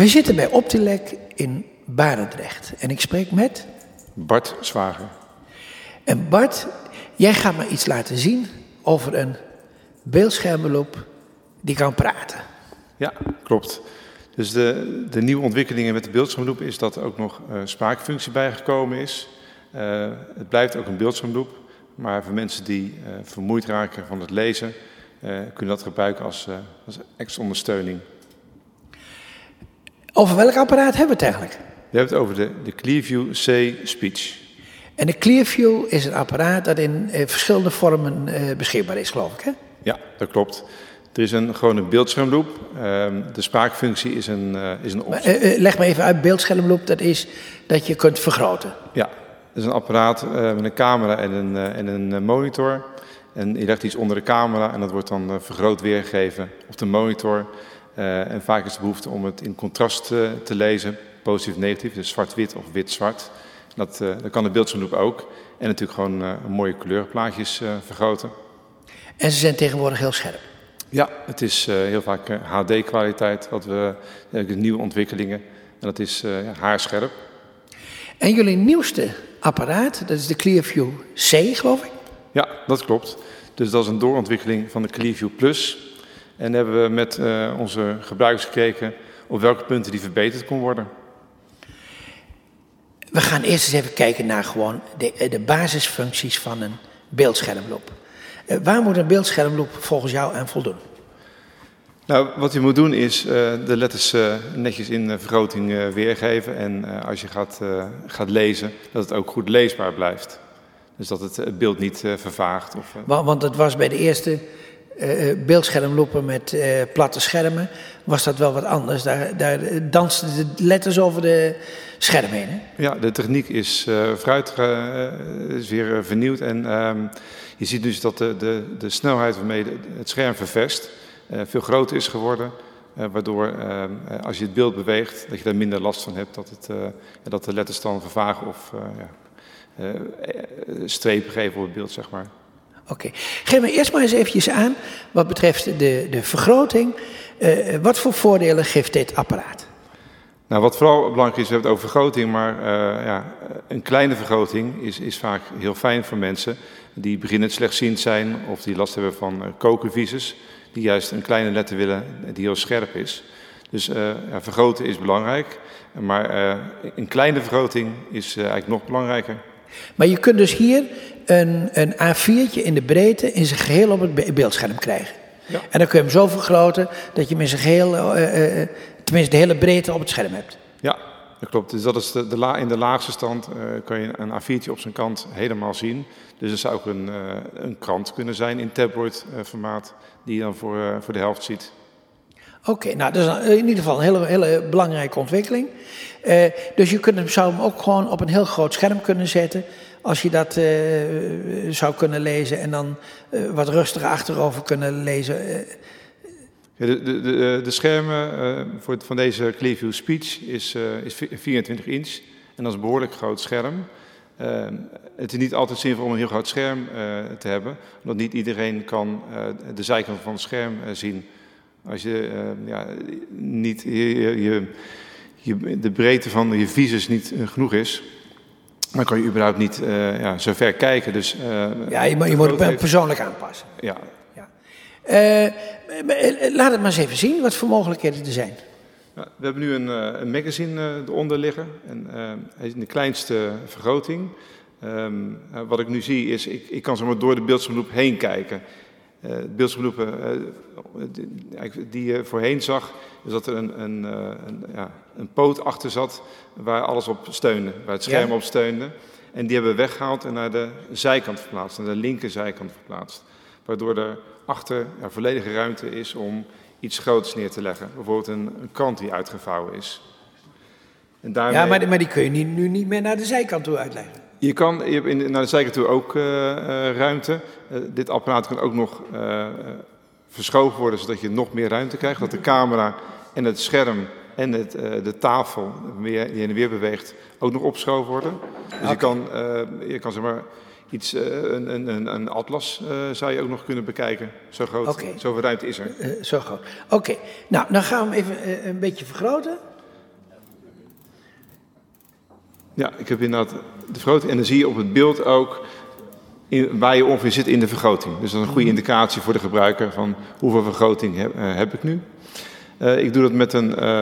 We zitten bij Optilec in Barendrecht en ik spreek met... Bart Zwager. En Bart, jij gaat me iets laten zien over een beeldschermenloop die kan praten. Ja, klopt. Dus de nieuwe ontwikkelingen met de beeldschermloop is dat er ook nog spraakfunctie bijgekomen is. Het blijft ook een beeldschermloop, maar voor mensen die vermoeid raken van het lezen, kunnen dat gebruiken als extra ondersteuning. Over welk apparaat hebben we het eigenlijk? We hebben het over de Clearview C Speech. En de Clearview is een apparaat dat in verschillende vormen beschikbaar is, geloof ik, hè? Ja, dat klopt. Er is gewoon een beeldschermloop. De spraakfunctie is een optie. Leg me even uit, beeldschermloop, dat is dat je kunt vergroten. Ja, dat is een apparaat met een camera en een monitor. En je legt iets onder de camera en dat wordt dan vergroot weergegeven op de monitor. En vaak is de behoefte om het in contrast te lezen, positief negatief, dus zwart-wit of wit-zwart. Dat kan de beeldschermloop ook. En natuurlijk gewoon mooie kleurenplaatjes vergroten. En ze zijn tegenwoordig heel scherp. Ja, het is heel vaak HD-kwaliteit, de nieuwe ontwikkelingen. En dat is haarscherp. En jullie nieuwste apparaat, dat is de Clearview C, geloof ik? Ja, dat klopt. Dus dat is een doorontwikkeling van de Clearview Plus. En hebben we met onze gebruikers gekeken op welke punten die verbeterd kon worden. We gaan eerst eens even kijken naar gewoon de basisfuncties van een beeldschermloop. Waar moet een beeldschermloop volgens jou aan voldoen? Nou, wat je moet doen is de letters netjes in vergroting weergeven. En als je gaat lezen, dat het ook goed leesbaar blijft. Dus dat het beeld niet vervaagt. Want het was bij de eerste beeldschermloepen met platte schermen, was dat wel wat anders. Daar dansten de letters over de scherm heen, hè? Ja, de techniek is is weer vernieuwd. En je ziet dus dat de snelheid waarmee het scherm ververst veel groter is geworden. Waardoor als je het beeld beweegt, dat je daar minder last van hebt. Dat de letters dan vervagen of strepen geven op het beeld, zeg maar. Oké. Geef me eerst maar eens eventjes aan, wat betreft de vergroting. Wat voor voordelen geeft dit apparaat? Nou, wat vooral belangrijk is, we hebben het over vergroting, maar een kleine vergroting is vaak heel fijn voor mensen die beginnend slechtziend zijn of die last hebben van kokervisus, die juist een kleine letter willen die heel scherp is. Dus vergroten is belangrijk, maar een kleine vergroting is eigenlijk nog belangrijker. Maar je kunt dus hier een A4'tje in de breedte in zijn geheel op het beeldscherm krijgen. Ja. En dan kun je hem zo vergroten dat je hem in zijn geheel, tenminste de hele breedte op het scherm hebt. Ja, dat klopt. Dus dat is in de laagste stand kan je een A4'tje op zijn kant helemaal zien. Dus dat zou ook een krant kunnen zijn in tabloid formaat die je dan voor de helft ziet. Oké, nou dat is in ieder geval een hele belangrijke ontwikkeling. Dus je zou hem ook gewoon op een heel groot scherm kunnen zetten. Als je dat zou kunnen lezen en dan wat rustiger achterover kunnen lezen. Ja, de schermen van deze Clearview Speech is 24 inch. En dat is een behoorlijk groot scherm. Het is niet altijd zinvol om een heel groot scherm te hebben. Omdat niet iedereen kan de zijkant van het scherm zien. Als je niet de breedte van je visus niet genoeg is, dan kan je überhaupt niet zo ver kijken. Dus, je moet het persoonlijk aanpassen. Ja. Laat het maar eens even zien wat voor mogelijkheden er zijn. Ja, we hebben nu een magazine eronder liggen. En, hij is in de kleinste vergroting. Wat ik nu zie is, ik kan zomaar door de beeldschermloop heen kijken. Beeldschermloepen die je voorheen zag, is dat er een poot achter zat waar alles op steunde, waar het scherm op steunde. En die hebben we weggehaald en naar de zijkant verplaatst, naar de linkerzijkant verplaatst. Waardoor er achter volledige ruimte is om iets groots neer te leggen. Bijvoorbeeld een krant die uitgevouwen is. En daarmee... Ja, maar die kun je nu niet meer naar de zijkant toe uitleggen. Je hebt naar de zijkant toe ook ruimte. Dit apparaat kan ook nog verschoven worden, zodat je nog meer ruimte krijgt. Dat de camera en het scherm en de tafel die heen en weer beweegt ook nog opgeschoven worden. Dus je kan zeg maar iets, een atlas zou je ook nog kunnen bekijken. Zo groot, zoveel ruimte is er. Zo groot. Oké, nou dan gaan we hem even een beetje vergroten. Ja, ik heb inderdaad de vergroting. En dan zie je op het beeld ook waar je ongeveer zit in de vergroting. Dus dat is een goede indicatie voor de gebruiker van hoeveel vergroting heb ik nu. Ik doe dat met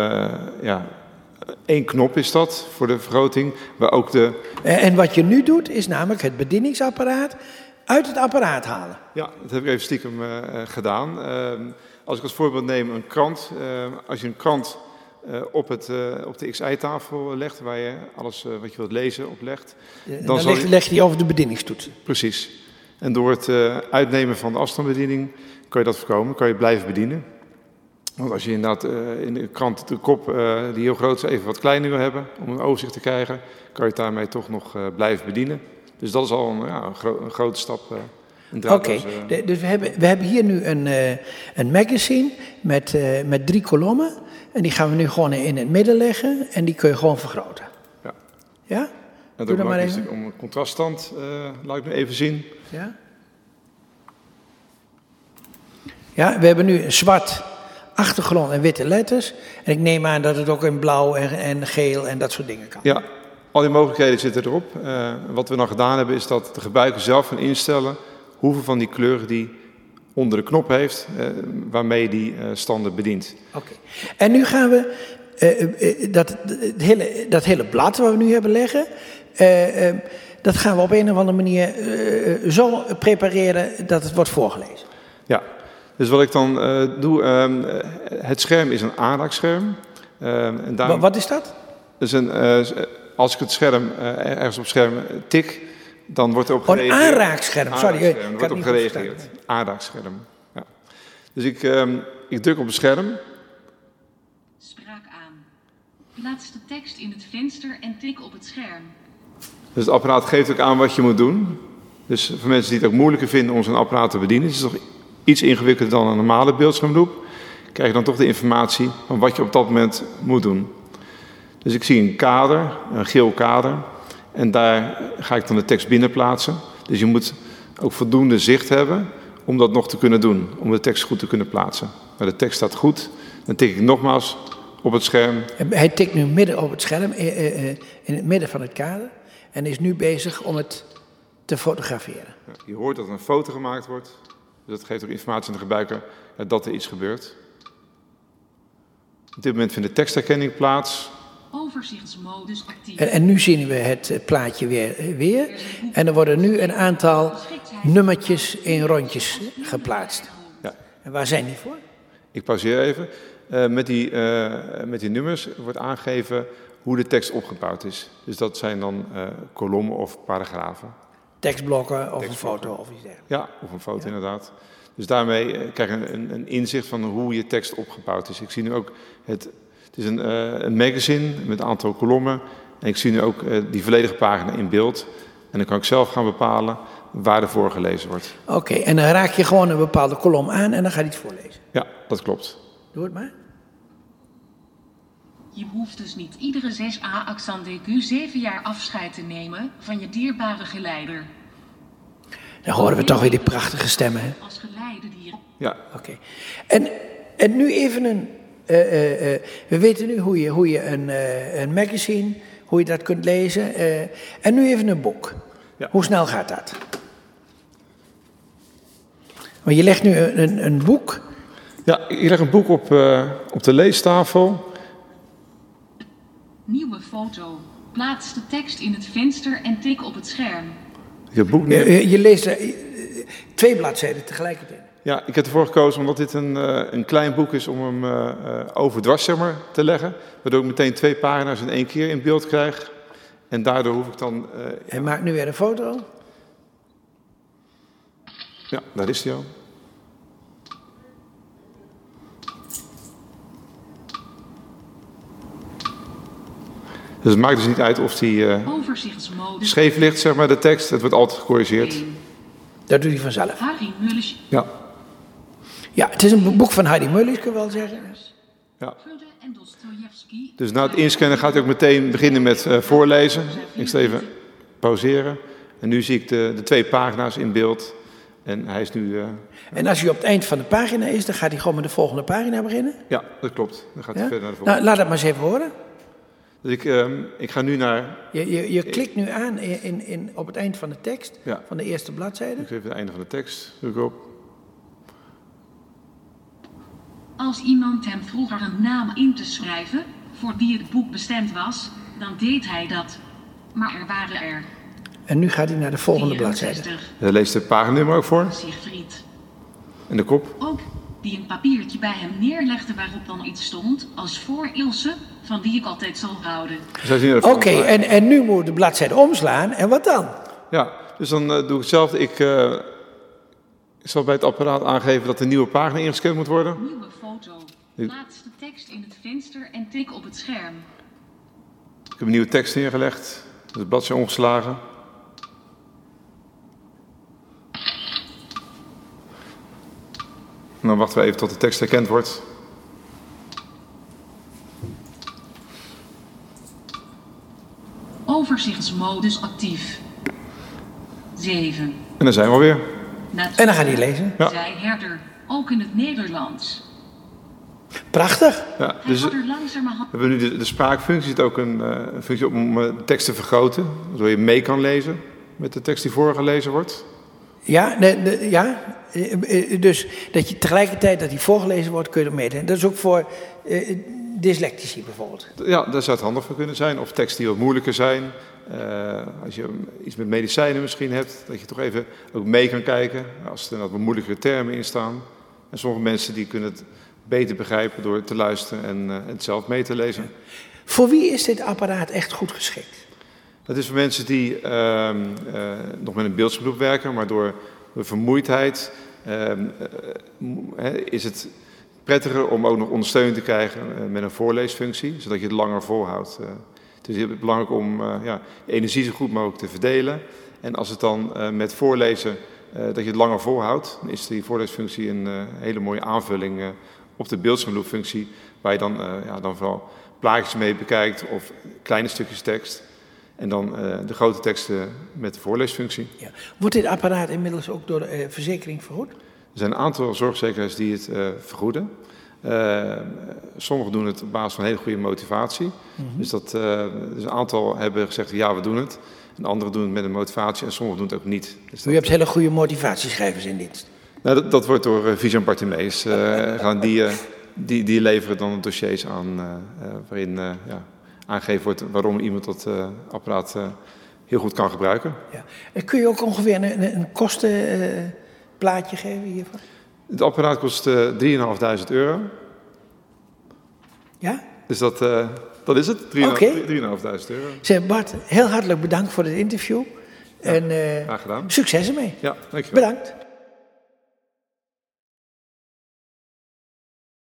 één knop is dat voor de vergroting. Waar ook En wat je nu doet is namelijk het bedieningsapparaat uit het apparaat halen. Ja, dat heb ik even stiekem gedaan. Als ik als voorbeeld neem een krant. Als je een krant op de XI-tafel legt, waar je alles wat je wilt lezen op legt. Dan leg je die over de bedieningstoetsen. Precies. En door het uitnemen van de afstandsbediening kan je dat voorkomen, kan je blijven bedienen. Want als je inderdaad in de krant de kop, die heel groot is, even wat kleiner wil hebben, om een overzicht te krijgen, kan je het daarmee toch nog blijven bedienen. Dus dat is al een grote stap. Oké, dus we hebben hier nu een magazine met 3 kolommen. En die gaan we nu gewoon in het midden leggen en die kun je gewoon vergroten. Ja. Ja? En doe dat maar even. Om een contraststand, laat ik nu even zien. Ja? Ja, we hebben nu een zwart achtergrond en witte letters. En ik neem aan dat het ook in blauw en geel en dat soort dingen kan. Ja, al die mogelijkheden zitten erop. Wat we dan gedaan hebben is dat de gebruiker zelf kan instellen hoeveel van die kleuren die onder de knop heeft, waarmee die standen bedient. Oké. En nu gaan we dat hele blad wat we nu hebben liggen, dat gaan we op een of andere manier zo prepareren dat het wordt voorgelezen. Ja, dus wat ik dan doe, het scherm is een aanraakscherm. Wat is dat? Dus als ik het scherm ergens op het scherm tik, dan wordt er op gereageerd. Een aanraakscherm, sorry. Er wordt op gereageerd. Aanraakscherm. Ja. Dus ik druk op het scherm. Spraak aan. Plaats de tekst in het venster en tik op het scherm. Dus het apparaat geeft ook aan wat je moet doen. Dus voor mensen die het ook moeilijker vinden om zo'n apparaat te bedienen, het is toch iets ingewikkelder dan een normale beeldschermloop, krijg je dan toch de informatie van wat je op dat moment moet doen. Dus ik zie een kader, een geel kader. En daar ga ik dan de tekst binnen plaatsen. Dus je moet ook voldoende zicht hebben om dat nog te kunnen doen. Om de tekst goed te kunnen plaatsen. Maar de tekst staat goed. Dan tik ik nogmaals op het scherm. Hij tikt nu midden op het scherm, in het midden van het kader. En is nu bezig om het te fotograferen. Ja, je hoort dat er een foto gemaakt wordt. Dus dat geeft ook informatie aan de gebruiker dat er iets gebeurt. Op dit moment vindt de tekstherkenning plaats. Overzichtsmodus actief. En nu zien we het plaatje weer. En er worden nu een aantal nummertjes in rondjes geplaatst. Ja. En waar zijn die voor? Ik pauzeer even. Met die nummers wordt aangegeven hoe de tekst opgebouwd is. Dus dat zijn dan kolommen of paragrafen. Tekstblokken of een foto of iets dergelijks. Ja, of een foto inderdaad. Dus daarmee krijg je een inzicht van hoe je tekst opgebouwd is. Ik zie nu ook het is een magazine met een aantal kolommen. En ik zie nu ook die volledige pagina in beeld. En dan kan ik zelf gaan bepalen waar er voorgelezen wordt. Oké, en dan raak je gewoon een bepaalde kolom aan en dan ga je iets voorlezen. Ja, dat klopt. Doe het maar. Je hoeft dus niet iedere 6a accent aigu 7 jaar afscheid te nemen van je dierbare geleider. Dan horen we toch weer die prachtige stemmen, hè? Als geleidedier. Ja. Oké. En nu even we weten nu hoe je een magazine, hoe je dat kunt lezen. En nu even een boek. Ja. Hoe snel gaat dat? Want je legt nu een boek. Ja, ik leg een boek op de leestafel. Nieuwe foto. Plaats de tekst in het venster en tik op het scherm. Ik heb het boek neer. Je leest 2 bladzijden tegelijkertijd. Ja, ik heb ervoor gekozen omdat dit een klein boek is om hem overdwars te leggen. Waardoor ik meteen 2 pagina's in 1 keer in beeld krijg. En daardoor hoef ik dan... Hij maakt nu weer een foto. Ja, daar is hij al. Dus het maakt dus niet uit of die scheef ligt, zeg maar, de tekst. Het wordt altijd gecorrigeerd. Dat doet hij vanzelf. Harry Mullis. Ja. Ja, het is een boek van Harry Mullis, kun je wel zeggen. Ja. Dus na het inscannen gaat hij ook meteen beginnen met voorlezen. Ik zal even pauzeren. En nu zie ik de 2 pagina's in beeld. En hij is nu... En als hij op het eind van de pagina is, dan gaat hij gewoon met de volgende pagina beginnen? Ja, dat klopt. Dan gaat hij verder naar de volgende. Nou, laat dat maar eens even horen. Dus ik ga nu naar... Je klikt nu aan op het eind van de tekst, Ja. van de eerste bladzijde. Ik geef het einde van de tekst, druk op. Als iemand hem vroeg er een naam in te schrijven, voor wie het boek bestemd was, dan deed hij dat. Maar er waren er En nu gaat hij naar de volgende bladzijde. 64. Lees de paginummer ook voor. Siegfried. En de kop. Ook die een papiertje bij hem neerlegde waarop dan iets stond, als voor Ilse, van wie ik altijd zal houden. Oké, en nu moet de bladzijde omslaan. En wat dan? Ja, dus dan doe ik hetzelfde. Ik zal bij het apparaat aangeven dat de nieuwe pagina ingescand moet worden. Nieuwe foto. Plaats de tekst in het venster en tik op het scherm. Ik heb een nieuwe tekst neergelegd. Het bladzijde omgeslagen. En dan wachten we even tot de tekst herkend wordt. Overzichtsmodus actief. 7. En dan zijn we alweer. En dan gaat hij lezen. Ja. Zei herder, ook in het Nederlands. Prachtig. Ja, Hij dus had we er langzamerhand... hebben nu de spraakfunctie. Zit ook een functie op om de tekst te vergroten. Waardoor je mee kan lezen met de tekst die voorgelezen wordt. Ja, dus dat je tegelijkertijd dat die voorgelezen wordt, kun je er meedoen. Dat is ook voor dyslectici bijvoorbeeld. Ja, daar zou het handig voor kunnen zijn. Of teksten die wat moeilijker zijn. Als je iets met medicijnen misschien hebt, dat je toch even ook mee kan kijken. Als er wat moeilijkere termen in staan. En sommige mensen die kunnen het beter begrijpen door te luisteren en het zelf mee te lezen. Ja. Voor wie is dit apparaat echt goed geschikt? Dat is voor mensen die nog met een beeldsberoep werken, maar door vermoeidheid is het prettiger om ook nog ondersteuning te krijgen met een voorleesfunctie, zodat je het langer volhoudt. Het is heel belangrijk om energie zo goed mogelijk te verdelen. En als het dan met voorlezen, dat je het langer volhoudt, dan is die voorleesfunctie een hele mooie aanvulling op de beeldsberoepfunctie, waar je dan vooral plaatjes mee bekijkt of kleine stukjes tekst. En dan de grote teksten met de voorleesfunctie. Ja. Wordt dit apparaat inmiddels ook door de verzekering vergoed? Er zijn een aantal zorgverzekeraars die het vergoeden. Sommigen doen het op basis van hele goede motivatie. Mm-hmm. Dus een aantal hebben gezegd, ja, we doen het. En anderen doen het met een motivatie en sommigen doen het ook niet. Dus U hebt hele goede motivatieschrijvers in dienst? Nou, dat wordt door Vision Partimees. Die leveren dan dossiers aan waarin aangegeven wordt waarom iemand dat apparaat heel goed kan gebruiken. Ja. En kun je ook ongeveer een kostenplaatje geven hiervan? Het apparaat kost €3.500. Ja? Dus dat is het, €3.500. Zeg Bart, heel hartelijk bedankt voor dit interview. Ja, en graag gedaan. Succes ermee. Ja, dankjewel. Bedankt.